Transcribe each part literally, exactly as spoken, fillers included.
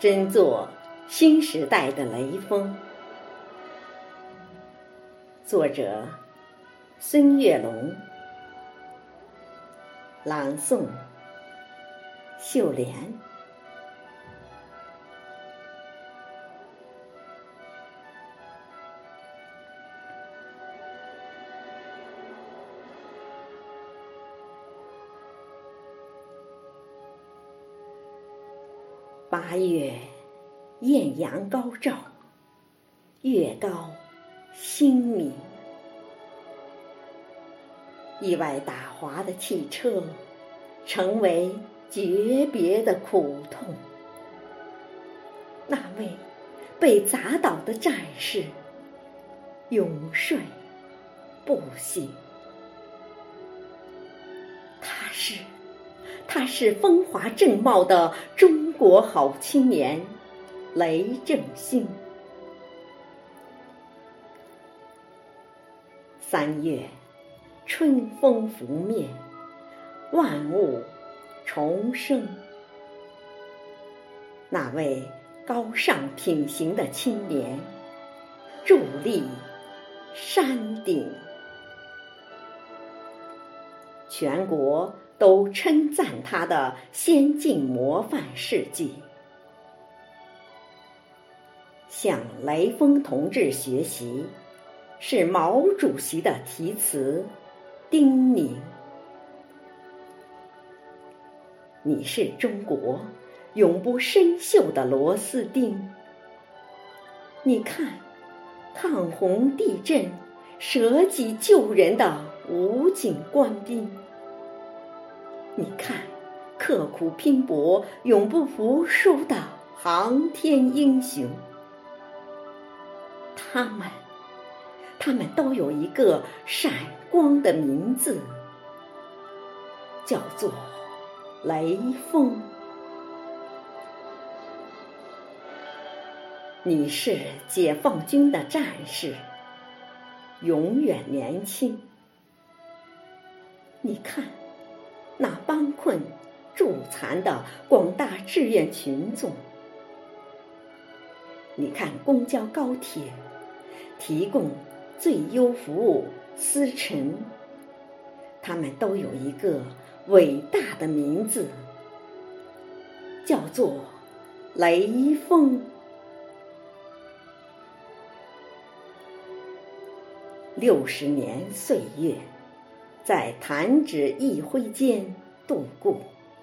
真做新时代的雷锋。作者孙月龙，朗诵秀莲。八月艳阳高照，月高星明，意外打滑的汽车成为诀别的苦痛，那位被砸倒的战士永睡不醒。他是他是风华正茂的中国好青年雷正兴。三月春风拂面，万物重生。那位高尚品行的青年伫立山顶，全国都称赞他的先进模范事迹。向雷锋同志学习，是毛主席的题词叮咛。你是中国永不生锈的螺丝钉。你看，抗洪地震舍己救人的武警官兵。你看，刻苦拼搏永不服输的航天英雄。他们他们都有一个闪光的名字，叫做雷锋。你是解放军的战士，永远年轻。你看，那帮困助残的广大志愿群众。你看公交高铁提供最优服务司乘，他们都有一个伟大的名字，叫做雷锋。六十年岁月，在弹指一挥间度过。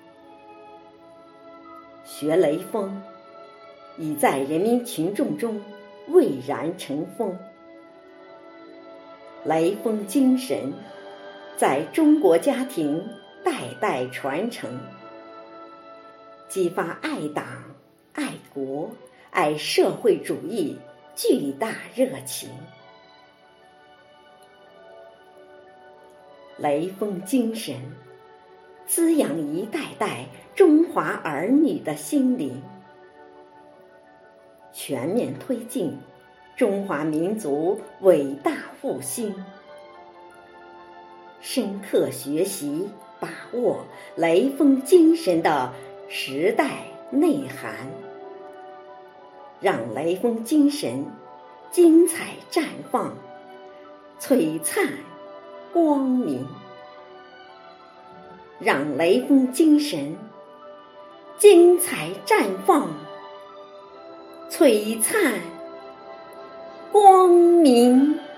学雷锋已在人民群众中蔚然成风。雷锋精神在中国家庭代代传承，激发爱党、爱国、爱社会主义巨大热情。雷锋精神滋养一代代中华儿女的心灵，全面推进中华民族伟大复兴，深刻学习把握雷锋精神的时代内涵，让雷锋精神精彩绽放，璀璨光明，让雷锋精神精彩绽放，璀璨光明。